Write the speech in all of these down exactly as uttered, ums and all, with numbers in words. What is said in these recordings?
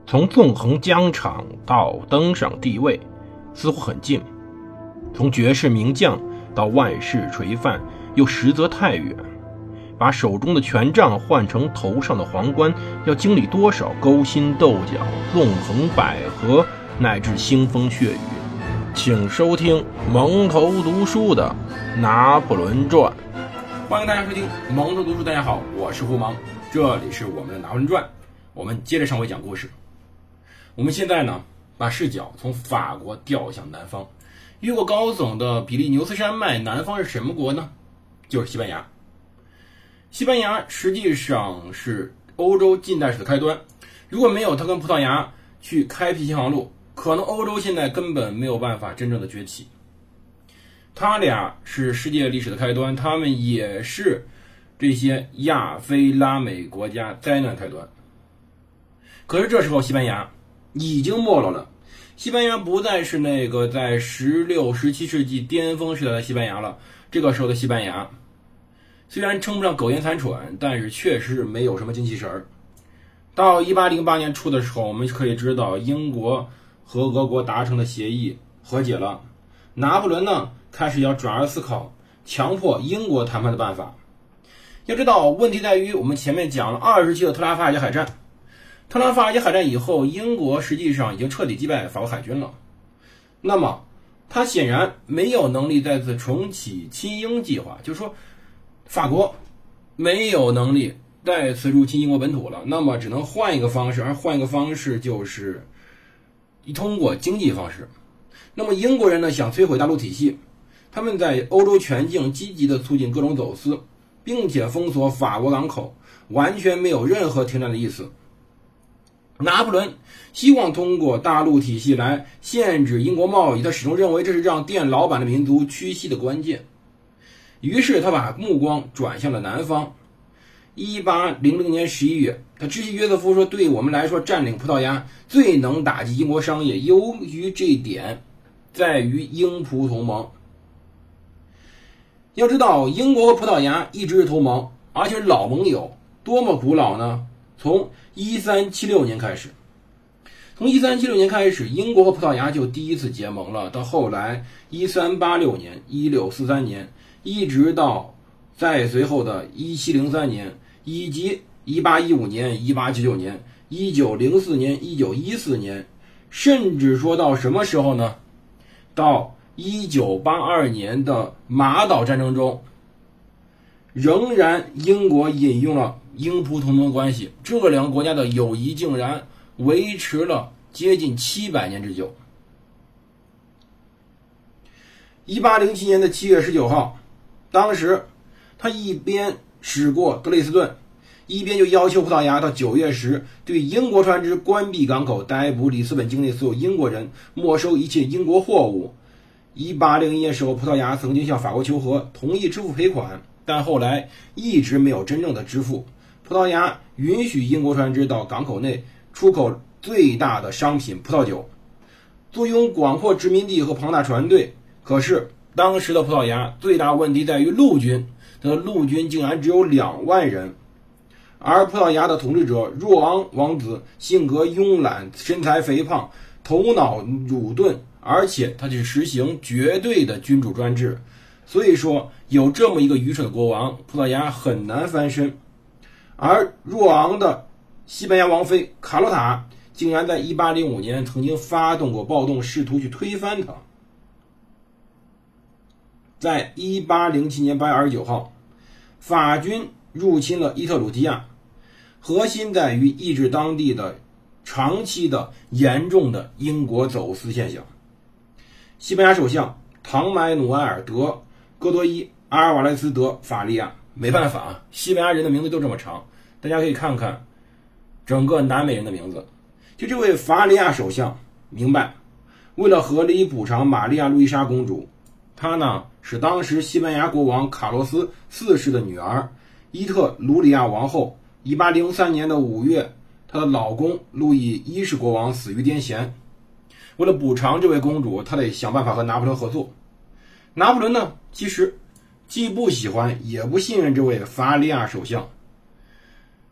从纵横疆场到登上帝位，似乎很近；从绝世名将到万世垂范，又实则太远。把手中的权杖换成头上的皇冠，要经历多少勾心斗角、纵横捭阖，乃至腥风血雨。请收听蒙头读书的《拿破仑传》。 欢迎大家收听蒙头读书。大家好，我是胡蒙，这里是我们的《拿破仑传》。我们接着上回讲故事。我们现在呢，把视角从法国调向南方，越过高耸的比利牛斯山脉，南方是什么国呢？就是西班牙。西班牙实际上是欧洲近代史的开端，如果没有它跟葡萄牙去开辟新航路，可能欧洲现在根本没有办法真正的崛起。它俩是世界历史的开端，它们也是这些亚非拉美国家灾难开端。可是这时候西班牙已经没落了，西班牙不再是那个在十六、十七世纪巅峰时代的西班牙了。这个时候的西班牙虽然称不上苟延残喘，但是确实没有什么精气神儿。到一八零八年初的时候，我们可以知道英国和俄国达成的协议和解了，拿破仑呢开始要转而思考强迫英国谈判的办法。要知道问题在于，我们前面讲了二十期的特拉法尔加海战，特拉法尔加海战以后，英国实际上已经彻底击败法国海军了，那么他显然没有能力再次重启亲英计划，就是说法国没有能力再次入侵英国本土了，那么只能换一个方式，而换一个方式就是通过经济方式。那么英国人呢想摧毁大陆体系，他们在欧洲全境积极地促进各种走私，并且封锁法国港口，完全没有任何停战的意思。拿破仑希望通过大陆体系来限制英国贸易，他始终认为这是让店老板的民族屈膝的关键。于是他把目光转向了南方。一八零零年十一月，他知悉约瑟夫说，对我们来说占领葡萄牙最能打击英国商业，由于这一点在于英葡同盟。要知道英国和葡萄牙一直是同盟，而且是老盟友，多么古老呢？从一三七六年开始，从一三七六年开始，英国和葡萄牙就第一次结盟了，到后来一三八六年、一六四三年，一直到再随后的一七零三年，以及一八一五年、一八九九年、一九零四年、一九一四年，甚至说到什么时候呢？到一九八二年的马岛战争中，仍然英国引用了英葡同盟关系，这两个国家的友谊竟然维持了接近七百年之久。一八零七年的七月十九号，当时他一边驶过德累斯顿，一边就要求葡萄牙到九月时对英国船只关闭港口，逮捕里斯本境内所有英国人，没收一切英国货物。一八零一年时候，葡萄牙曾经向法国求和，同意支付赔款，但后来一直没有真正的支付。葡萄牙允许英国船只到港口内出口最大的商品葡萄酒，坐拥广阔殖民地和庞大船队。可是当时的葡萄牙最大问题在于陆军，它的陆军竟然只有两万人，而葡萄牙的统治者若昂王子性格慵懒，身材肥胖，头脑愚钝，而且他是实行绝对的君主专制。所以说有这么一个愚蠢的国王，葡萄牙很难翻身。而若昂的西班牙王妃卡洛塔竟然在一八零五年曾经发动过暴动，试图去推翻他。在一八零七年八月二十九号，法军入侵了伊特鲁基亚，核心在于抑制当地的长期的严重的英国走私现象。西班牙首相唐买努埃尔德戈多伊阿尔瓦莱斯德法利亚，没办法啊，西班牙人的名字都这么长，大家可以看看整个南美人的名字。就这位法利亚首相明白，为了合理补偿玛利亚路易莎公主，她呢是当时西班牙国王卡洛斯四世的女儿，伊特鲁里亚王后。一八零三年的五月，她的老公路易一世国王死于癫痫。为了补偿这位公主，他得想办法和拿破仑合作。拿破仑呢，其实既不喜欢也不信任这位法利亚首相。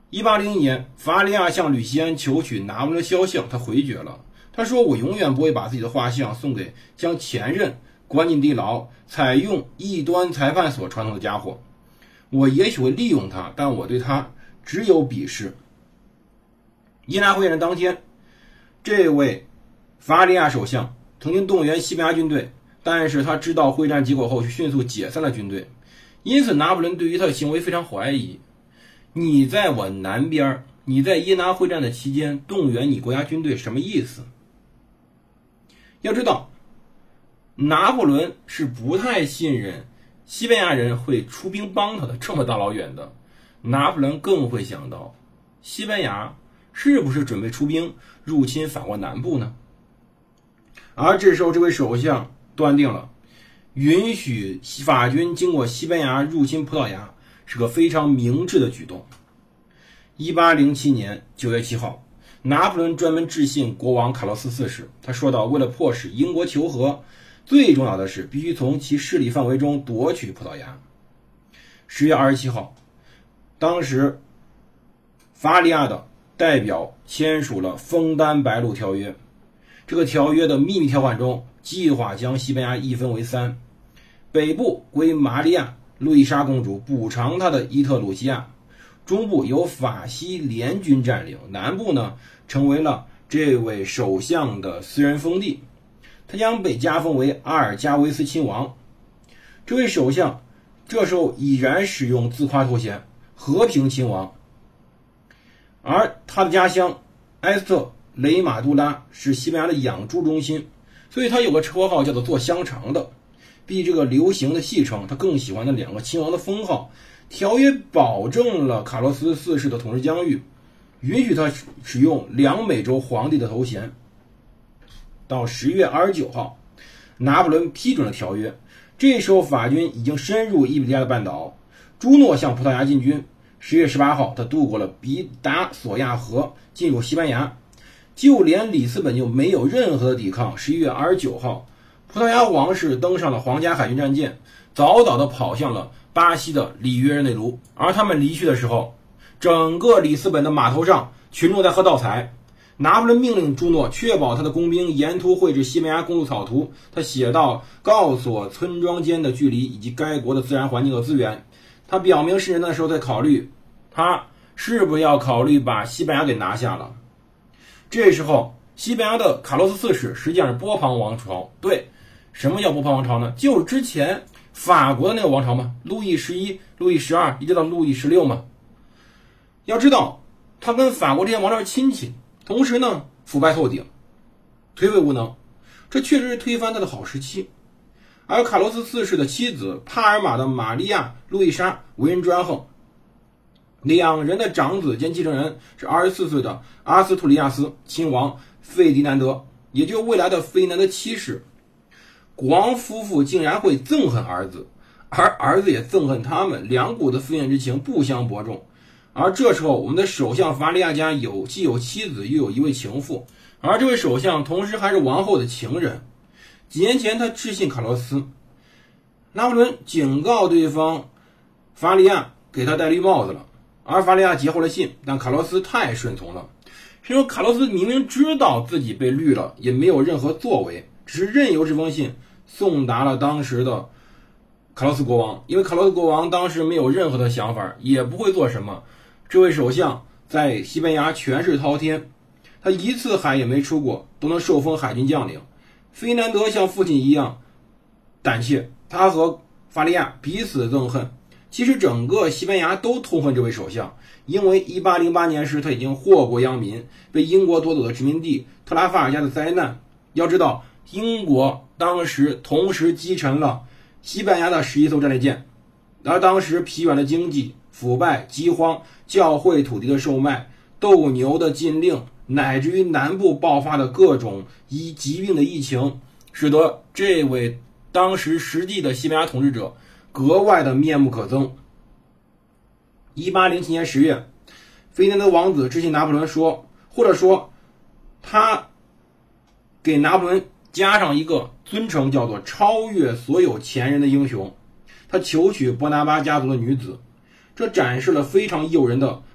一八零一年，法利亚向吕西安求取拿破仑的肖像，他回绝了。他说：“我永远不会把自己的画像送给将前任关进地牢、采用异端裁判所传统的家伙。我也许会利用他，但我对他只有鄙视。”伊拿会战当天，这位法利亚首相曾经动员西班牙军队，但是他知道会战结果后，却迅速解散了军队。因此，拿破仑对于他的行为非常怀疑。你在我南边，你在耶拿会战的期间动员你国家军队，什么意思？要知道，拿破仑是不太信任西班牙人会出兵帮他的，这么大老远的。拿破仑更会想到，西班牙是不是准备出兵入侵法国南部呢？而这时候，这位首相断定了，允许法军经过西班牙入侵葡萄牙是个非常明智的举动。一八零七年九月七号，拿破仑专门致信国王卡洛斯四世，他说道：“为了迫使英国求和，最重要的是必须从其势力范围中夺取葡萄牙。”十月二十七号，当时法利亚的代表签署了枫丹白露条约。这个条约的秘密条款中，计划将西班牙一分为三，北部归玛利亚·路易莎公主补偿她的伊特鲁西亚，中部由法西联军占领，南部呢成为了这位首相的私人封地，他将被加封为阿尔加维斯亲王。这位首相这时候已然使用自夸头衔和平亲王，而他的家乡埃斯特雷马杜拉是西班牙的养猪中心，所以他有个绰号叫做做香肠的。比这个流行的戏称，他更喜欢那两个亲王的封号。条约保证了卡洛斯四世的统治疆域，允许他使用两美洲皇帝的头衔。到十月二十九号，拿破仑批准了条约。这时候法军已经深入伊比利亚的半岛，朱诺向葡萄牙进军。十月十八号，他渡过了比达索亚河，进入西班牙。就连里斯本就没有任何的抵抗。十一月二十九号，葡萄牙皇室登上了皇家海军战舰，早早地跑向了巴西的里约热内卢。而他们离去的时候，整个里斯本的码头上群众在喝倒彩。拿破仑命令朱诺确保他的工兵沿途绘制西班牙公路草图。他写道：“告诉我村庄间的距离以及该国的自然环境和资源。”他表明是那时候在考虑，他是不是要考虑把西班牙给拿下了。这时候，西班牙的卡洛斯四世实际上是波旁王朝。对，什么叫波旁王朝呢？就是之前法国的那个王朝嘛，路易十一、路易十二一直到路易十六嘛。要知道，他跟法国这些王朝是亲戚，同时呢腐败透顶，颓废无能，这确实是推翻他的好时期。而卡洛斯四世的妻子帕尔马的玛利亚·路易莎为人专横，两人的长子兼继承人是二十四岁的阿斯图里亚斯亲王费迪南德，也就是未来的费迪南德七世。国王夫妇竟然会憎恨儿子，而儿子也憎恨他们，两股的非恋之情不相伯仲。而这时候，我们的首相法利亚家有既有妻子，又有一位情妇，而这位首相同时还是王后的情人。几年前，他致信卡洛斯，拿破仑警告对方法利亚给他戴绿帽子了，而法利亚截获了信，但卡洛斯太顺从了。谁说卡洛斯明明知道自己被绿了，也没有任何作为，只是任由这封信送达了当时的卡洛斯国王。因为卡洛斯国王当时没有任何的想法，也不会做什么。这位首相在西班牙权势滔天，他一次海也没出过，都能受封海军将领。费迪南德像父亲一样胆怯，他和法利亚彼此憎恨。其实整个西班牙都痛恨这位首相，因为一八零八年时他已经祸国殃民，被英国夺走的殖民地特拉法尔加的灾难。要知道，英国当时同时击沉了西班牙的十一艘战列舰，而当时疲软的经济、腐败、饥荒、教会土地的售卖、斗牛的禁令，乃至于南部爆发的各种疫疾病的疫情，使得这位当时实际的西班牙统治者格外的面目可憎。一八零七年十月，费迪南德王子致信拿破仑说，或者说他给拿破仑加上一个尊称，叫做超越所有前人的英雄。他求娶伯拿巴家族的女子，这展示了非常诱人的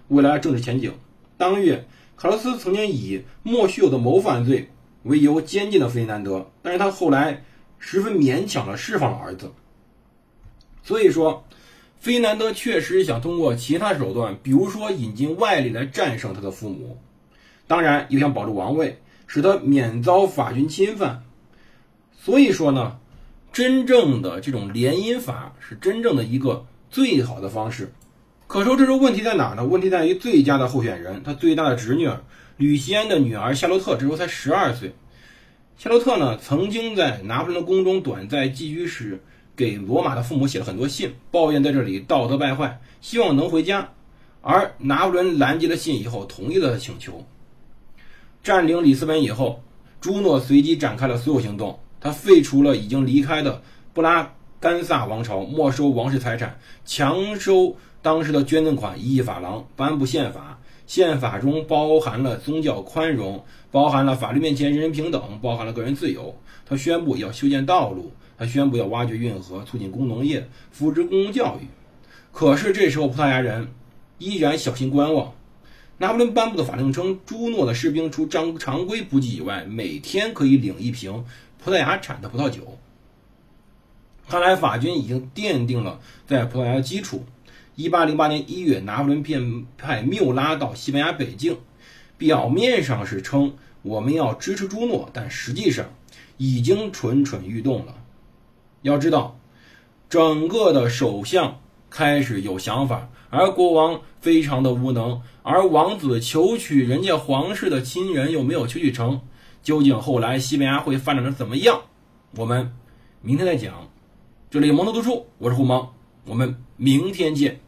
未来的政治前景。当月，卡洛斯曾经以莫须有的谋反罪为由监禁了费迪南德，但是他后来十分勉强地释放了儿子。所以说，费迪南德确实想通过其他手段，比如说引进外力来战胜他的父母，当然又想保住王位，使他免遭法军侵犯。所以说呢，真正的这种联姻法是真正的一个最好的方式。可说这时候问题在哪呢？问题在于最佳的候选人，他最大的侄女儿吕西安的女儿夏洛特，这时候才十二岁。夏洛特呢，曾经在拿破仑的宫中短暂寄居时，给罗马的父母写了很多信，抱怨在这里道德败坏，希望能回家。而拿破仑拦截了信以后，同意了他的请求。占领里斯本以后，朱诺随即展开了所有行动，他废除了已经离开的布拉干萨王朝，没收王室财产，强收当时的捐赠款一亿法郎，颁布宪法。宪法中包含了宗教宽容，包含了法律面前人人平等，包含了个人自由。他宣布要修建道路，他宣布要挖掘运河，促进工农业，扶植公共教育。可是这时候葡萄牙人依然小心观望。拿破仑颁布的法令称，朱诺的士兵除常常规补给以外，每天可以领一瓶葡萄牙产的葡萄酒。看来法军已经奠定了在葡萄牙的基础。一八零八年一月，拿破仑便派缪拉到西班牙北境，表面上是称我们要支持朱诺，但实际上已经蠢蠢欲动了。要知道，整个的首相开始有想法，而国王非常的无能，而王子求娶人家皇室的亲人又没有求娶成。究竟后来西班牙会发展的怎么样，我们明天再讲。这里蒙头读书，我是胡蒙，我们明天见。